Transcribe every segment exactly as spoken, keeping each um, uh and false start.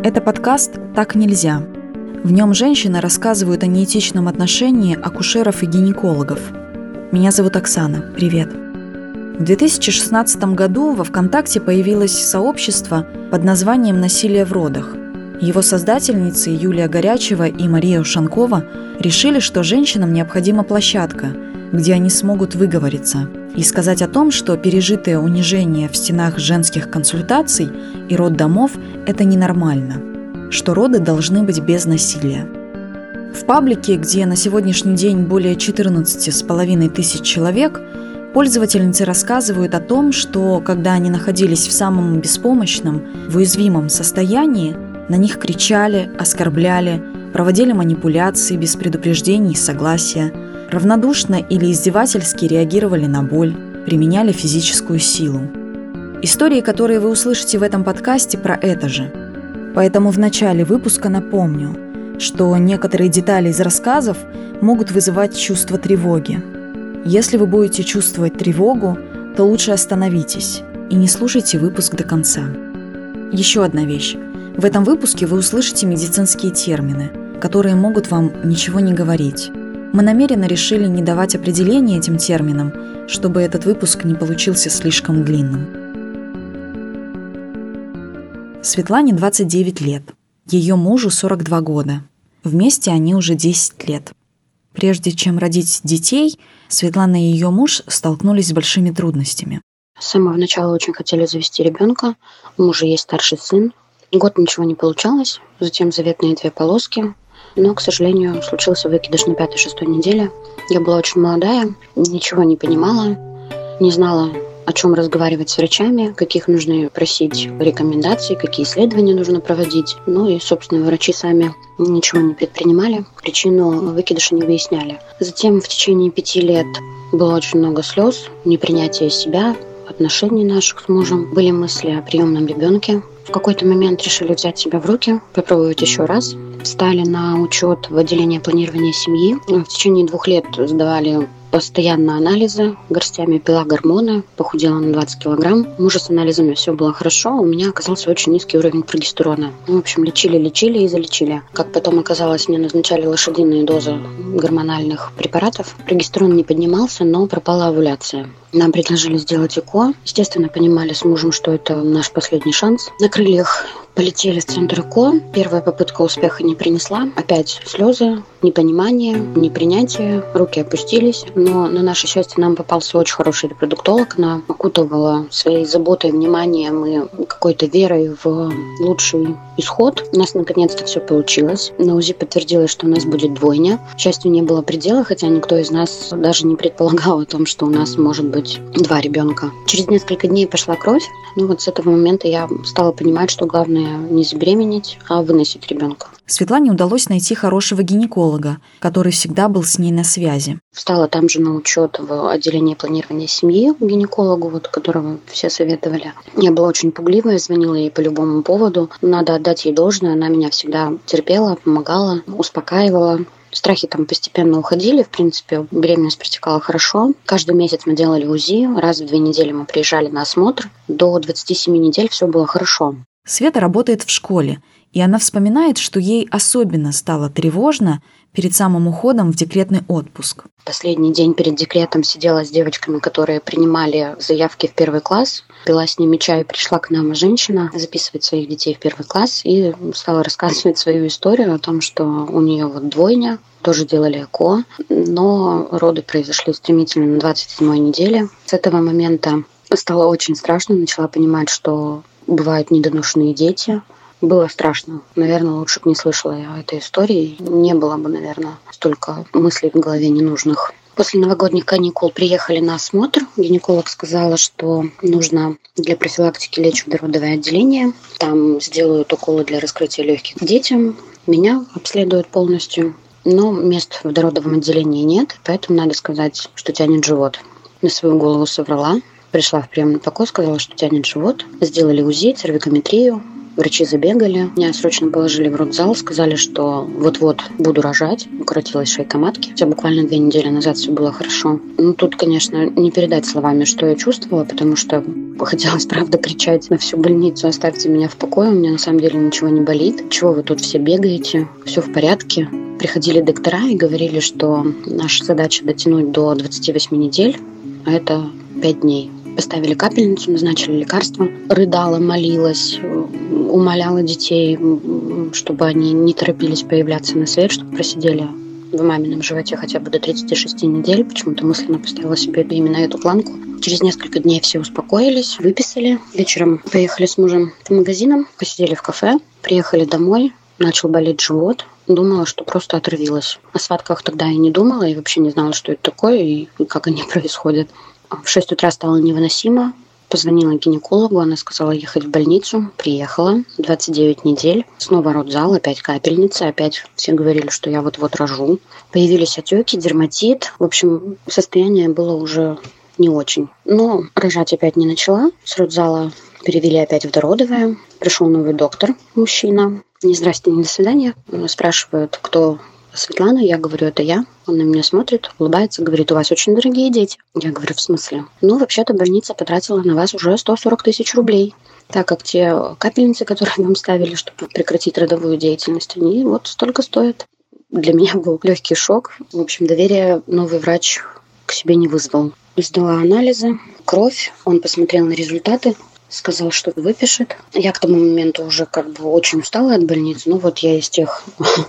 Это подкаст «Так нельзя». В нем женщины рассказывают о неэтичном отношении акушеров и гинекологов. Меня зовут Оксана. Привет. В две тысячи шестнадцатом году во ВКонтакте появилось сообщество под названием «Насилие в родах». Его создательницы Юлия Горячева и Мария Ушанкова решили, что женщинам необходима площадка, где они смогут выговориться и сказать о том, что пережитое унижение в стенах женских консультаций и роддомов – это ненормально, что роды должны быть без насилия. В паблике, где на сегодняшний день более четырнадцать с половиной тысяч человек, пользовательницы рассказывают о том, что когда они находились в самом беспомощном, в уязвимом состоянии, на них кричали, оскорбляли, проводили манипуляции без предупреждений и согласия, равнодушно или издевательски реагировали на боль, применяли физическую силу. Истории, которые вы услышите в этом подкасте, про это же. Поэтому в начале выпуска напомню, что некоторые детали из рассказов могут вызывать чувство тревоги. Если вы будете чувствовать тревогу, то лучше остановитесь и не слушайте выпуск до конца. Еще одна вещь. В этом выпуске вы услышите медицинские термины, которые могут вам ничего не говорить. Мы намеренно решили не давать определения этим терминам, чтобы этот выпуск не получился слишком длинным. Светлане двадцать девять лет. Ее мужу сорок два года. Вместе они уже десять лет. Прежде чем родить детей, Светлана и ее муж столкнулись с большими трудностями. С самого начала очень хотели завести ребенка. У мужа есть старший сын. Год ничего не получалось. Затем заветные две полоски. Но, к сожалению, случился выкидыш на пятой-шестой неделе. Я была очень молодая, ничего не понимала, не знала, о чем разговаривать с врачами, каких нужно просить рекомендаций, какие исследования нужно проводить. Ну и, собственно, врачи сами ничего не предпринимали, причину выкидыша не выясняли. Затем в течение пяти лет было очень много слез, непринятия себя, отношений наших с мужем. Были мысли о приемном ребенке. В какой-то момент решили взять себя в руки, попробовать еще раз. Встали на учет в отделение планирования семьи. В течение двух лет сдавали постоянно анализы, горстями пила гормоны, похудела на двадцать килограмм. У мужа с анализами все было хорошо, у меня оказался очень низкий уровень прогестерона. Ну, в общем, лечили, лечили и залечили. Как потом оказалось, мне назначали лошадиные дозы гормональных препаратов. Прогестерон не поднимался, но пропала овуляция. Нам предложили сделать ЭКО. Естественно, понимали с мужем, что это наш последний шанс. На крыльях полетели в центр ЭКО. Первая попытка успеха не принесла. Опять слезы, непонимание, непринятие. Руки опустились. Но на наше счастье нам попался очень хороший репродуктолог. Она окутывала своей заботой, вниманием и какой-то верой в лучший исход. У нас наконец-то все получилось. На УЗИ подтвердилось, что у нас будет двойня. К счастью, не было предела, хотя никто из нас даже не предполагал о том, что у нас может быть два ребенка. Через несколько дней пошла кровь. Ну вот с этого момента я стала понимать, что главное не забеременеть, а выносить ребенка. Светлане удалось найти хорошего гинеколога, который всегда был с ней на связи. Встала там же на учет в отделении планирования семьи к гинекологу, вот, которого все советовали. Я была очень пугливая, звонила ей по любому поводу. Надо отдать ей должное, она меня всегда терпела, помогала, успокаивала. Страхи там постепенно уходили, в принципе, беременность протекала хорошо. Каждый месяц мы делали УЗИ, раз в две недели мы приезжали на осмотр. До двадцати семи недель все было хорошо. Света работает в школе, и она вспоминает, что ей особенно стало тревожно перед самым уходом в декретный отпуск. Последний день перед декретом сидела с девочками, которые принимали заявки в первый класс. Пила с ними чай, пришла к нам женщина записывать своих детей в первый класс и стала рассказывать свою историю о том, что у нее вот двойня, тоже делали ЭКО, но роды произошли стремительно на двадцать седьмой неделе. С этого момента стало очень страшно, начала понимать, что бывают недоношенные дети. Было страшно. Наверное, лучше бы не слышала я этой истории. Не было бы, наверное, столько мыслей в голове ненужных. После новогодних каникул приехали на осмотр. Гинеколог сказала, что нужно для профилактики лечь в дородовое отделение. Там сделают уколы для раскрытия легких детям. Меня обследуют полностью. Но мест в дородовом отделении нет, поэтому надо сказать, что тянет живот. На свою голову соврала. Пришла в приемный покой, сказала, что тянет живот. Сделали УЗИ, цервикометрию. Врачи забегали, меня срочно положили в родзал, сказали, что вот-вот буду рожать. Укоротилась шейка матки. Хотя буквально две недели назад все было хорошо. Ну, тут, конечно, не передать словами, что я чувствовала, потому что хотелось, правда, кричать на всю больницу: оставьте меня в покое, у меня на самом деле ничего не болит. Чего вы тут все бегаете? Все в порядке. Приходили доктора и говорили, что наша задача дотянуть до двадцати восьми недель, а это пять дней. Поставили капельницу, назначили лекарства. Рыдала, молилась, умоляла детей, чтобы они не торопились появляться на свет, чтобы просидели в мамином животе хотя бы до тридцати шести недель. Почему-то мысленно поставила себе именно эту планку. Через несколько дней все успокоились, выписали. Вечером поехали с мужем по магазинам, посидели в кафе, приехали домой, начал болеть живот. Думала, что просто отравилась. О схватках тогда я не думала и вообще не знала, что это такое и как они происходят. В шесть утра стало невыносимо. Позвонила гинекологу, она сказала ехать в больницу. Приехала, двадцать девять недель. Снова родзал, опять капельница. Опять все говорили, что я вот-вот рожу. Появились отеки, дерматит. В общем, состояние было уже не очень. Но рожать опять не начала. С родзала перевели опять в дородовое. Пришел новый доктор, мужчина. Не здрасте, не до свидания. Спрашивают, кто Светлана, я говорю, это я. Он на меня смотрит, улыбается, говорит: у вас очень дорогие дети. Я говорю: в смысле? Ну, вообще-то больница потратила на вас уже сто сорок тысяч рублей, так как те капельницы, которые вам ставили, чтобы прекратить родовую деятельность, они вот столько стоят. Для меня был легкий шок. В общем, доверие новый врач к себе не вызвал. Сдала анализы, кровь, он посмотрел на результаты, сказал, что выпишет. Я к тому моменту уже как бы очень устала от больницы. Ну вот я из тех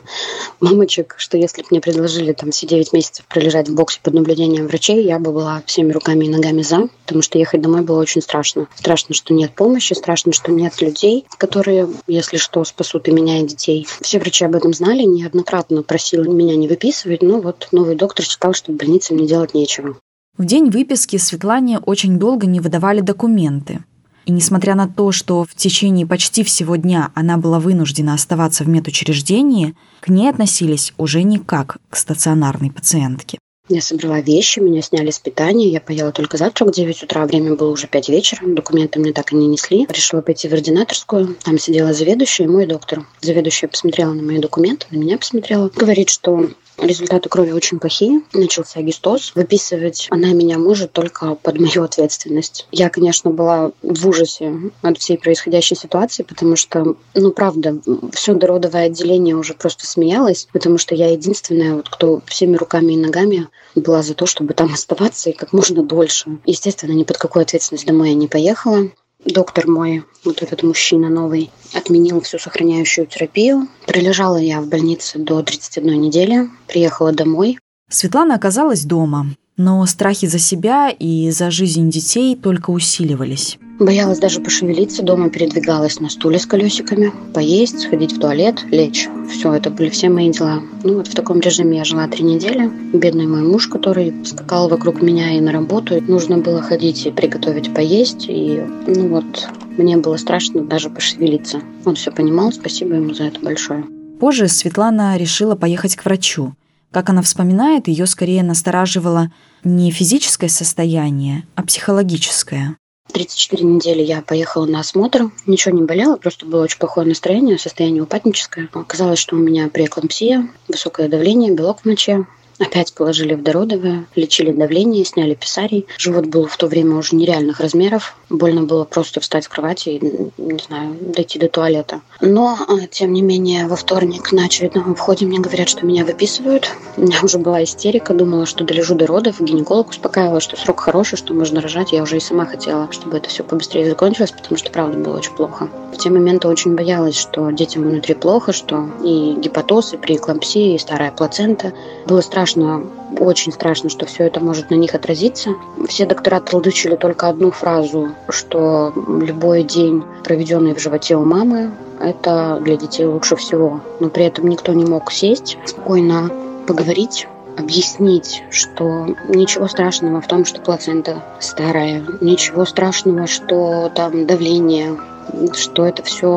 мамочек, что если бы мне предложили там все девять месяцев пролежать в боксе под наблюдением врачей, я бы была всеми руками и ногами за, потому что ехать домой было очень страшно. Страшно, что нет помощи, страшно, что нет людей, которые, если что, спасут и меня, и детей. Все врачи об этом знали, неоднократно просили меня не выписывать, но вот новый доктор считал, что в больнице мне делать нечего. В день выписки Светлане очень долго не выдавали документы. И несмотря на то, что в течение почти всего дня она была вынуждена оставаться в медучреждении, к ней относились уже не как к стационарной пациентке. Я собрала вещи, меня сняли с питания, я поела только завтрак в девять утра, время было уже пять вечера, документы мне так и не несли. Решила пойти в ординаторскую, там сидела заведующая и мой доктор. Заведующая посмотрела на мои документы, на меня посмотрела. Говорит, что результаты крови очень плохие, начался гистоз. Выписывать она меня может только под мою ответственность. Я, конечно, была в ужасе от всей происходящей ситуации, потому что, ну, правда, все дородовое отделение уже просто смеялось, потому что я единственная, вот, кто всеми руками и ногами была за то, чтобы там оставаться и как можно дольше. Естественно, ни под какую ответственность домой я не поехала. Доктор мой, вот этот мужчина новый, отменил всю сохраняющую терапию. Пролежала я в больнице до тридцати одной недели, приехала домой. Светлана оказалась дома, но страхи за себя и за жизнь детей только усиливались. Боялась даже пошевелиться, дома передвигалась на стуле с колесиками, поесть, сходить в туалет, лечь. Все, это были все мои дела. Ну вот в таком режиме я жила три недели. Бедный мой муж, который скакал вокруг меня и на работу. Нужно было ходить и приготовить поесть. И ну вот мне было страшно даже пошевелиться. Он все понимал, спасибо ему за это большое. Позже Светлана решила поехать к врачу. Как она вспоминает, ее скорее настораживало не физическое состояние, а психологическое. тридцать четыре недели я поехала на осмотр. Ничего не болело, просто было очень плохое настроение, состояние упадническое. Оказалось, что у меня преэклампсия, высокое давление, белок в моче. Опять положили в дородовое, лечили давление, сняли писарий. Живот был в то время уже нереальных размеров. Больно было просто встать в кровати и, не знаю, дойти до туалета. Но, тем не менее, во вторник на очередном входе мне говорят, что меня выписывают. У меня уже была истерика, думала, что долежу до родов. Гинеколог успокаивала, что срок хороший, что можно рожать. Я уже и сама хотела, чтобы это все побыстрее закончилось, потому что, правда, было очень плохо. В те моменты очень боялась, что детям внутри плохо, что и гепатоз, и преэклампсия, и старая плацента. Было страшно, очень страшно, что все это может на них отразиться. Все доктора толдычили только одну фразу, что любой день, проведенный в животе у мамы, это для детей лучше всего. Но при этом никто не мог сесть, спокойно поговорить, объяснить, что ничего страшного в том, что плацента старая, ничего страшного, что там давление, что это все,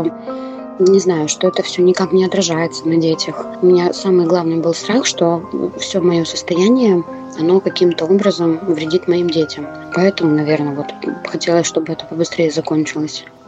не знаю, что это все никак не отражается на детях. У меня самый главный был страх, что все мое состояние, оно каким-то образом вредит моим детям. Поэтому, наверное, вот хотелось, чтобы это побыстрее закончилось.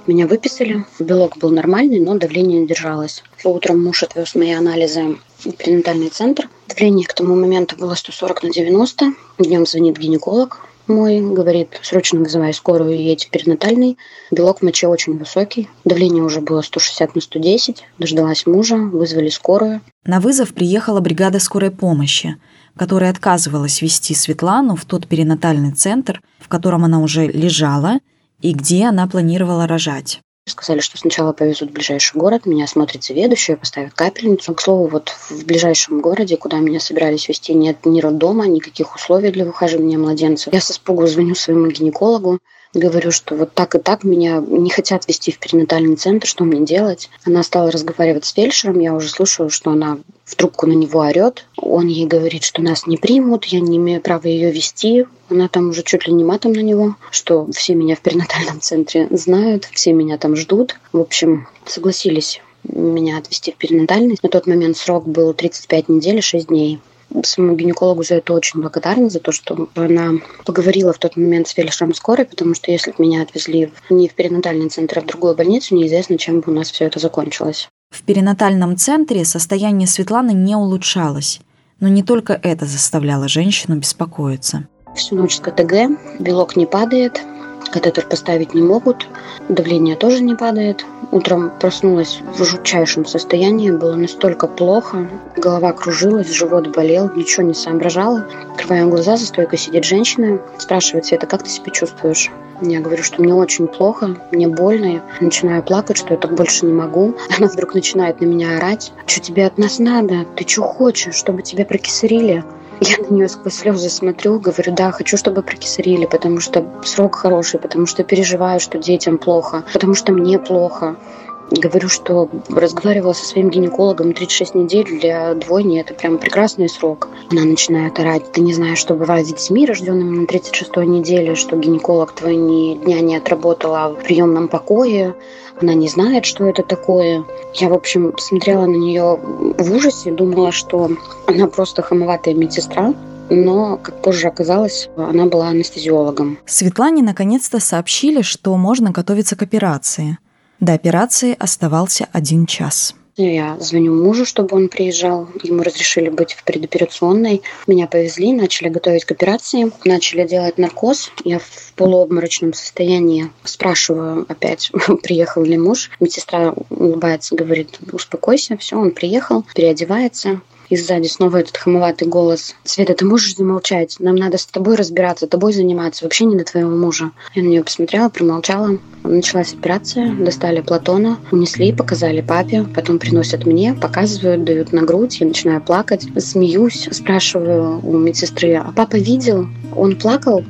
Меня выписали. Белок был нормальный, но давление не держалось. Утром муж отвез мои анализы в перинатальный центр. Давление к тому моменту было сто сорок на девяносто. Днем звонит гинеколог мой, говорит, срочно вызывай скорую и едь в перинатальный. Белок в моче очень высокий. Давление уже было сто шестьдесят на сто десять. Дождалась мужа, вызвали скорую. На вызов приехала бригада скорой помощи, которая отказывалась везти Светлану в тот перинатальный центр, в котором она уже лежала и где она планировала рожать. Сказали, что сначала повезут в ближайший город, меня осмотрит заведующая, поставят капельницу. К слову, вот в ближайшем городе, куда меня собирались везти, нет ни роддома, никаких условий для выхаживания младенцев. Я с испугу звоню своему гинекологу, говорю, что вот так и так меня не хотят везти в перинатальный центр, что мне делать? Она стала разговаривать с фельдшером, я уже слышу, что она в трубку на него орет. Он ей говорит, что нас не примут, я не имею права ее везти. Она там уже чуть ли не матом на него, что все меня в перинатальном центре знают, все меня там ждут. В общем, согласились меня отвезти в перинатальный. На тот момент срок был тридцать пять недель и шесть дней. Своему гинекологу за это очень благодарна, за то, что она поговорила в тот момент с фельдшером скорой, потому что если бы меня отвезли не в перинатальный центр, а в другую больницу, неизвестно, чем бы у нас все это закончилось. В перинатальном центре состояние Светланы не улучшалось, но не только это заставляло женщину беспокоиться. Всю ночь с ка тэ гэ, белок не падает, катетер поставить не могут, давление тоже не падает. Утром проснулась в жутчайшем состоянии, было настолько плохо, голова кружилась, живот болел, ничего не соображала. Открываю глаза, за стойкой сидит женщина, спрашивает: Света, как ты себя чувствуешь? Я говорю, что мне очень плохо, мне больно. Я начинаю плакать, что я так больше не могу. Она вдруг начинает на меня орать. Что тебе от нас надо? Ты что хочешь, чтобы тебя прокисарили? Я на нее сквозь слезы смотрю, говорю, да, хочу, чтобы прокисарили, потому что срок хороший, потому что переживаю, что детям плохо, потому что мне плохо. Говорю, что разговаривала со своим гинекологом, тридцать шесть недель для двойни, это прям прекрасный срок. Она начинает орать: ты не знаешь, что бывает с детьми, рожденными на тридцать шестой неделе, что гинеколог твой ни дня не отработала в приемном покое, она не знает, что это такое. Я, в общем, смотрела на нее в ужасе, думала, что она просто хамоватая медсестра. Но, как позже оказалось, она была анестезиологом. Светлане наконец-то сообщили, что можно готовиться к операции. До операции оставался один час. Я звоню мужу, чтобы он приезжал. Ему разрешили быть в предоперационной. Меня повезли, начали готовить к операции. Начали делать наркоз. Я в полуобморочном состоянии спрашиваю опять, приехал ли муж. Медсестра улыбается, говорит: успокойся, все, он приехал, переодевается. И сзади снова этот хамоватый голос: Света, ты можешь замолчать? Нам надо с тобой разбираться, тобой заниматься. Вообще не до твоего мужа. Я на нее посмотрела, промолчала. Началась операция, достали Платона, унесли, показали папе, потом приносят мне, показывают, дают на грудь. Я начинаю плакать, смеюсь, спрашиваю у медсестры: а папа видел? Он плакал?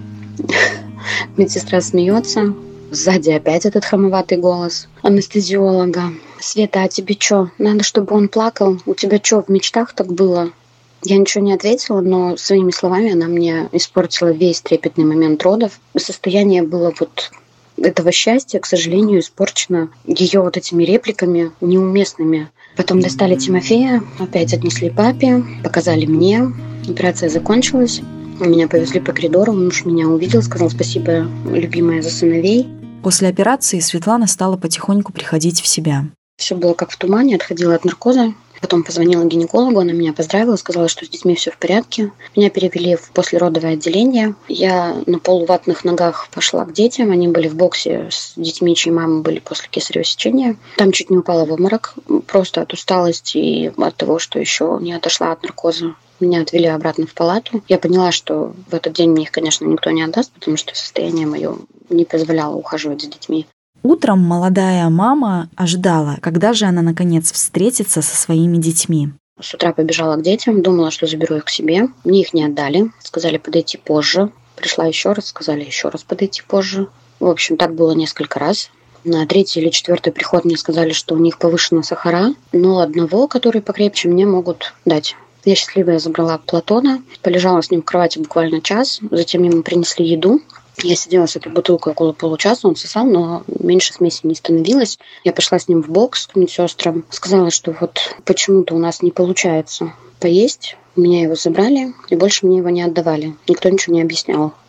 Медсестра смеется. Сзади опять этот хамоватый голос анестезиолога: Света, а тебе что, надо, чтобы он плакал? У тебя что, в мечтах так было? Я ничего не ответила, но своими словами она мне испортила весь трепетный момент родов. Состояние было вот этого счастья, к сожалению, испорчено ее вот этими репликами неуместными. Потом достали Тимофея, опять отнесли папе, показали мне. Операция закончилась. Меня повезли по коридору, муж меня увидел, сказал: спасибо, любимая, за сыновей. После операции Светлана стала потихоньку приходить в себя. Все было как в тумане, отходила от наркоза. Потом позвонила гинекологу, она меня поздравила, сказала, что с детьми все в порядке. Меня перевели в послеродовое отделение. Я на полуватных ногах пошла к детям. Они были в боксе с детьми, чьи мамы были после кесарево сечения. Там чуть не упала в обморок, просто от усталости и от того, что еще не отошла от наркоза. Меня отвели обратно в палату. Я поняла, что в этот день мне их, конечно, никто не отдаст, потому что состояние мое не позволяло ухаживать за детьми. Утром молодая мама ожидала, когда же она наконец встретится со своими детьми. С утра побежала к детям, думала, что заберу их к себе. Мне их не отдали, сказали подойти позже. Пришла еще раз, сказали еще раз подойти позже. В общем, так было несколько раз. На третий или четвертый приход мне сказали, что у них повышена сахара, но одного, который покрепче, мне могут дать. Я счастливая забрала Платона, полежала с ним в кровати буквально час, затем ему принесли еду. Я сидела с этой бутылкой около получаса, он сосал, но меньше смеси не становилось. Я пошла с ним в бокс к медсестрам, сказала, что вот почему-то у нас не получается поесть. У меня его забрали, и больше мне его не отдавали. Никто ничего не объяснял.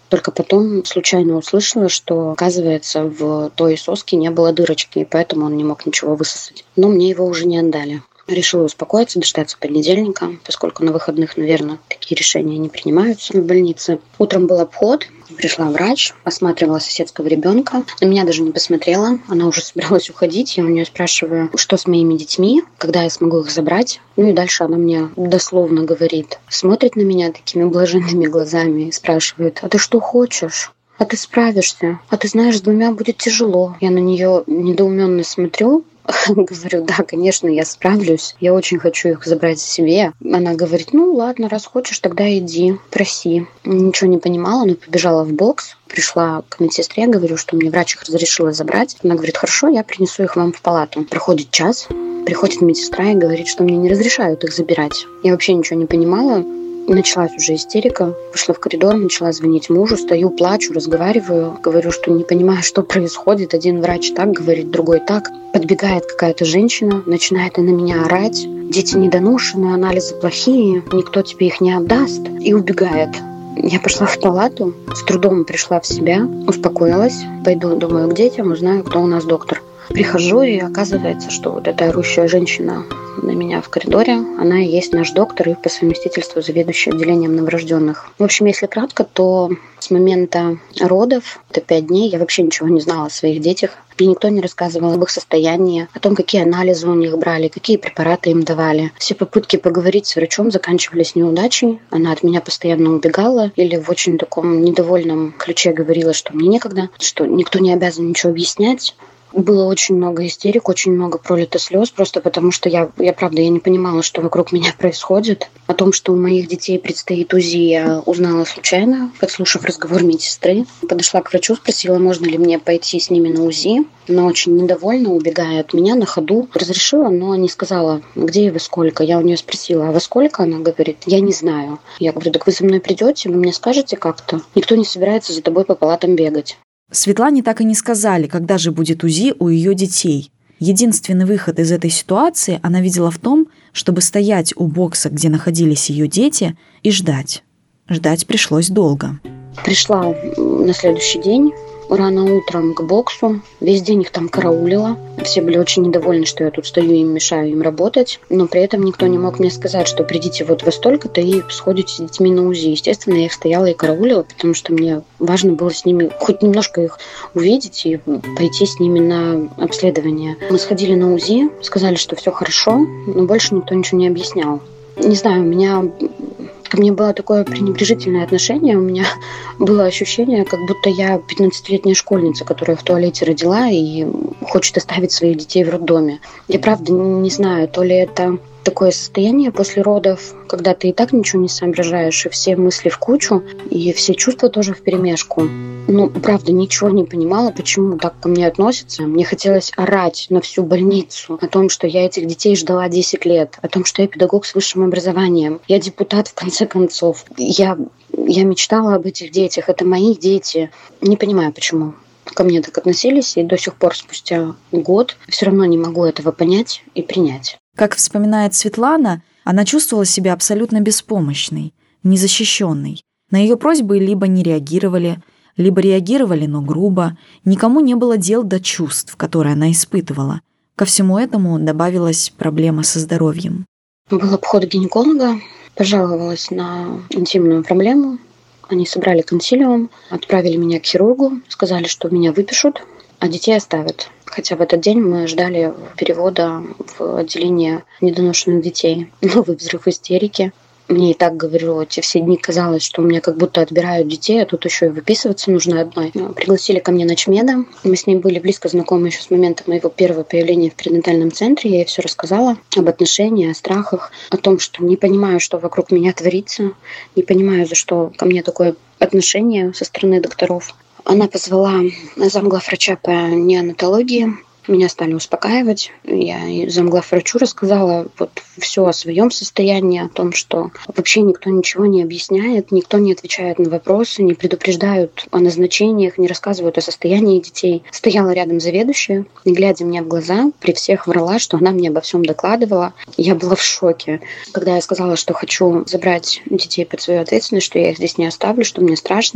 Только потом случайно услышала, что, оказывается, в той соске не было дырочки, и поэтому он не мог ничего высосать. Но мне его уже не отдали. Решила успокоиться, дождаться понедельника, поскольку на выходных, наверное, такие решения не принимаются в больнице. Утром был обход, пришла врач, осматривала соседского ребенка. На меня даже не посмотрела, она уже собиралась уходить. Я у нее спрашиваю, что с моими детьми, когда я смогу их забрать. Ну и дальше она мне дословно говорит, смотрит на меня такими блаженными глазами и спрашивает, а ты что хочешь? А ты справишься? А ты знаешь, с двумя будет тяжело. Я на нее недоуменно смотрю, говорю, да, конечно, я справлюсь. Я очень хочу их забрать себе. Она говорит, ну ладно, раз хочешь, тогда иди, проси. Ничего не понимала, но побежала в бокс. Пришла к медсестре, говорю, что мне врач их разрешила забрать. Она говорит, хорошо, я принесу их вам в палату. Проходит час, приходит медсестра и говорит, что мне не разрешают их забирать. Я вообще ничего не понимала. Началась уже истерика, вышла в коридор, начала звонить мужу, стою, плачу, разговариваю, говорю, что не понимаю, что происходит. Один врач так говорит, другой так. Подбегает какая-то женщина, начинает на меня орать. Дети недоношены, анализы плохие, никто тебе их не отдаст. И убегает. Я пошла в палату, с трудом пришла в себя, успокоилась. Пойду, думаю, к детям, узнаю, кто у нас доктор. Прихожу, и оказывается, что вот эта орущая женщина на меня в коридоре, она и есть наш доктор и по совместительству заведующая отделением новорожденных. В общем, если кратко, то с момента родов, это пять дней, я вообще ничего не знала о своих детях. Мне никто не рассказывал об их состоянии, о том, какие анализы у них брали, какие препараты им давали. Все попытки поговорить с врачом заканчивались неудачей. Она от меня постоянно убегала или в очень таком недовольном ключе говорила, что мне некогда, что никто не обязан ничего объяснять. Было очень много истерик, очень много пролито слез, просто потому что я, я правда, я не понимала, что вокруг меня происходит. О том, что у моих детей предстоит УЗИ, я узнала случайно, подслушав разговор медсестры. Подошла к врачу, спросила, можно ли мне пойти с ними на УЗИ. Она очень недовольна, убегая от меня на ходу. Разрешила, но не сказала, где и во сколько. Я у нее спросила, а во сколько? Она говорит, я не знаю. Я говорю, так вы за мной придете, вы мне скажете как-то? Никто не собирается за тобой по палатам бегать. Светлане так и не сказали, когда же будет УЗИ у ее детей. Единственный выход из этой ситуации она видела в том, чтобы стоять у бокса, где находились ее дети, и ждать. Ждать пришлось долго. Пришла на следующий день, рано утром к боксу. Весь день их там караулила. Все были очень недовольны, что я тут стою и мешаю им работать. Но при этом никто не мог мне сказать, что придите вот во столько-то и сходите с детьми на УЗИ. Естественно, я их стояла и караулила, потому что мне важно было с ними хоть немножко их увидеть и пойти с ними на обследование. Мы сходили на УЗИ, сказали, что все хорошо, но больше никто ничего не объяснял. Не знаю, у меня... Ко мне было такое пренебрежительное отношение, у меня было ощущение, как будто я пятнадцатилетняя школьница, которая в туалете родила и хочет оставить своих детей в роддоме. Я правда не знаю, то ли это такое состояние после родов, когда ты и так ничего не соображаешь, и все мысли в кучу, и все чувства тоже вперемешку. Ну, правда, ничего не понимала, почему так ко мне относятся. Мне хотелось орать на всю больницу о том, что я этих детей ждала десять лет, о том, что я педагог с высшим образованием. Я депутат, в конце концов. Я, я мечтала об этих детях. Это мои дети. Не понимаю, почему ко мне так относились, и до сих пор, спустя год, все равно не могу этого понять и принять. Как вспоминает Светлана, она чувствовала себя абсолютно беспомощной, незащищенной. На ее просьбы либо не реагировали, либо реагировали, но грубо. Никому не было дел до чувств, которые она испытывала. Ко всему этому добавилась проблема со здоровьем. Был обход гинеколога, пожаловалась на интимную проблему. Они собрали консилиум, отправили меня к хирургу, сказали, что меня выпишут, а детей оставят. Хотя в этот день мы ждали перевода в отделение недоношенных детей. Новый взрыв истерики. Мне и так, говорю, эти все дни казалось, что у меня как будто отбирают детей, а тут еще и выписываться нужно одной. Пригласили ко мне начмеда. Мы с ней были близко знакомы еще с момента моего первого появления в перинатальном центре. Я ей все рассказала об отношениях, о страхах, о том, что не понимаю, что вокруг меня творится, не понимаю, за что ко мне такое отношение со стороны докторов. Она позвала замглавврача по неонатологии. Меня стали успокаивать. Я замглавврачу рассказала вот все о своем состоянии, о том, что вообще никто ничего не объясняет, никто не отвечает на вопросы, не предупреждают о назначениях, не рассказывают о состоянии детей. Стояла рядом заведующая, и, глядя мне в глаза, при всех врала, что она мне обо всем докладывала. Я была в шоке. Когда я сказала, что хочу забрать детей под свою ответственность, что я их здесь не оставлю, что мне страшно,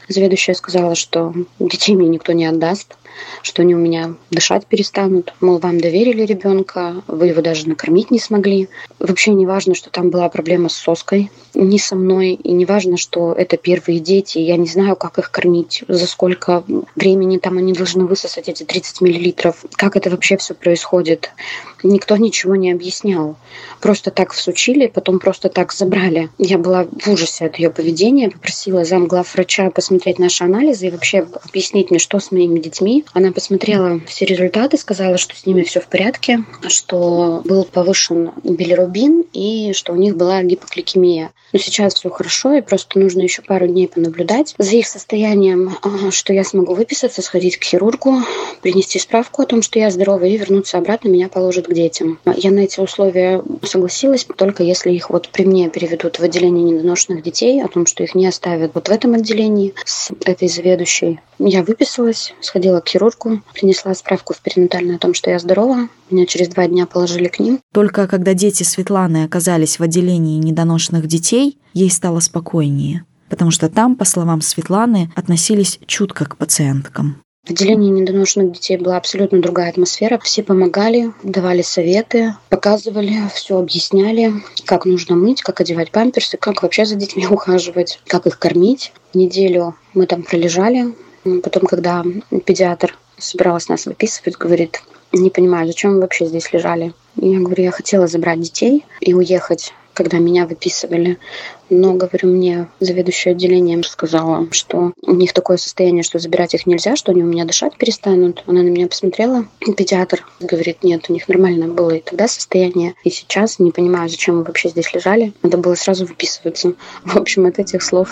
Заведующая сказала, что детей мне никто не отдаст, что они у меня дышать перестанут. Мол, вам доверили ребенка, вы его даже накормить не смогли. Вообще не важно, что там была проблема с соской, не со мной. И не важно, что это первые дети. Я не знаю, как их кормить, за сколько времени там они должны высосать эти тридцать миллилитров. Как это вообще все происходит. Никто ничего не объяснял. Просто так всучили, потом просто так забрали. Я была в ужасе от ее поведения. Попросила замглавврача посмотреть наши анализы и вообще объяснить мне, что с моими детьми. Она посмотрела все результаты, сказала, что с ними все в порядке, что был повышен билирубин и что у них была гипогликемия. Но сейчас все хорошо, и просто нужно еще пару дней понаблюдать за их состоянием, что я смогу выписаться, сходить к хирургу, принести справку о том, что я здорова, и вернуться обратно, меня положат к детям. Я на эти условия согласилась, только если их вот при мне переведут в отделение недоношенных детей, о том, что их не оставят вот в этом отделении с этой заведующей. Я выписалась, сходила к хирургу, принесла справку в перинатальную о том, что я здорова. Меня через два дня положили к ним. Только когда дети Светланы оказались в отделении недоношенных детей, ей стало спокойнее, потому что там, по словам Светланы, относились чутко к пациенткам. В отделении недоношенных детей была абсолютно другая атмосфера. Все помогали, давали советы, показывали, все объясняли, как нужно мыть, как одевать памперсы, как вообще за детьми ухаживать, как их кормить. Неделю мы там пролежали. Потом, когда педиатр собиралась нас выписывать, говорит: не понимаю, зачем вы вообще здесь лежали. Я говорю, я хотела забрать детей и уехать, когда меня выписывали. Но, говорю, мне заведующая отделением сказала, что у них такое состояние, что забирать их нельзя, что они у меня дышать перестанут. Она на меня посмотрела, педиатр говорит, нет, у них нормально было и тогда состояние, и сейчас. Не понимаю, зачем вы вообще здесь лежали. Надо было сразу выписываться. В общем, от этих слов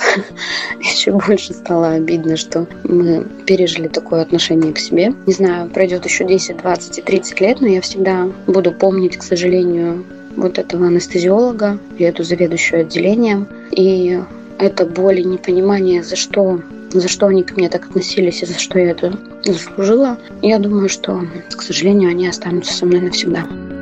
еще больше стало обидно, что мы пережили такое отношение к себе. Не знаю, пройдет еще десять, двадцать и тридцать лет, но я всегда буду помнить, к сожалению, вот этого анестезиолога и эту заведующую отделением. И это боль и непонимание, за что, за что они ко мне так относились и за что я это заслужила. Я думаю, что, к сожалению, они останутся со мной навсегда.